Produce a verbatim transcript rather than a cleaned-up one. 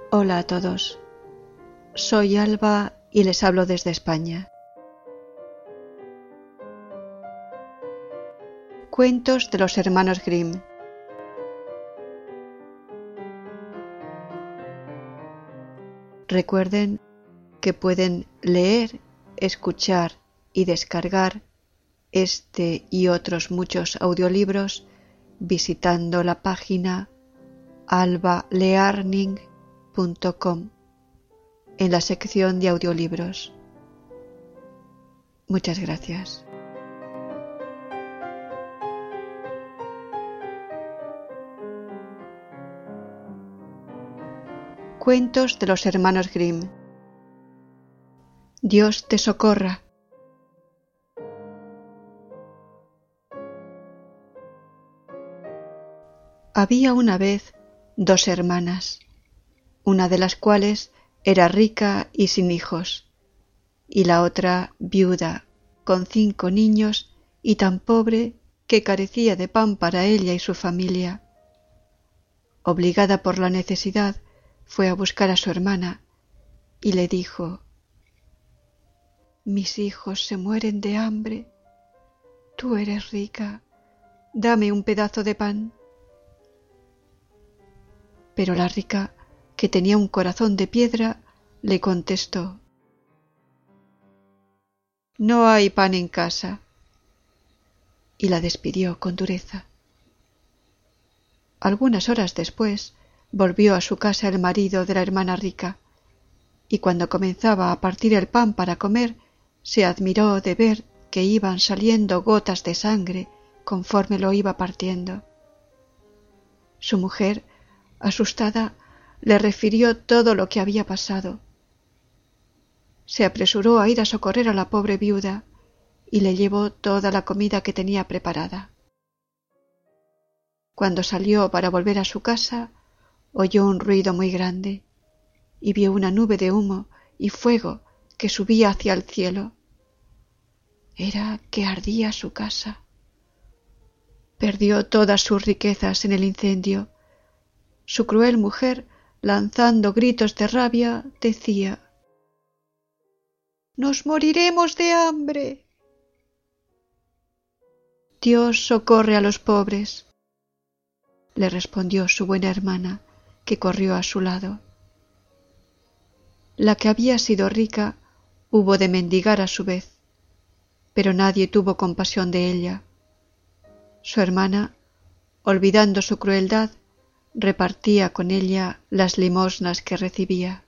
Hola a todos, soy Alba y les hablo desde España. Cuentos de los hermanos Grimm. Recuerden que pueden leer, escuchar y descargar este y otros muchos audiolibros visitando la página alba learning punto com en la sección de audiolibros. Muchas gracias. Cuentos de los hermanos Grimm. Dios te socorra. Había una vez dos hermanas, una de las cuales era rica y sin hijos, y la otra viuda, con cinco niños y tan pobre que carecía de pan para ella y su familia. Obligada por la necesidad, fue a buscar a su hermana y le dijo: «Mis hijos se mueren de hambre. Tú eres rica, dame un pedazo de pan». Pero la rica, que tenía un corazón de piedra, le contestó: «No hay pan en casa», y la despidió con dureza. Algunas horas después volvió a su casa el marido de la hermana rica, y cuando comenzaba a partir el pan para comer, se admiró de ver que iban saliendo gotas de sangre conforme lo iba partiendo. Su mujer, asustada, le refirió todo lo que había pasado. Se apresuró a ir a socorrer a la pobre viuda y le llevó toda la comida que tenía preparada. Cuando salió para volver a su casa, oyó un ruido muy grande y vio una nube de humo y fuego que subía hacia el cielo. Era que ardía su casa. Perdió todas sus riquezas en el incendio. Su cruel mujer, lanzando gritos de rabia, decía: «¡Nos moriremos de hambre!». «Dios socorre a los pobres», le respondió su buena hermana, que corrió a su lado. La que había sido rica hubo de mendigar a su vez, pero nadie tuvo compasión de ella. Su hermana, olvidando su crueldad, repartía con ella las limosnas que recibía.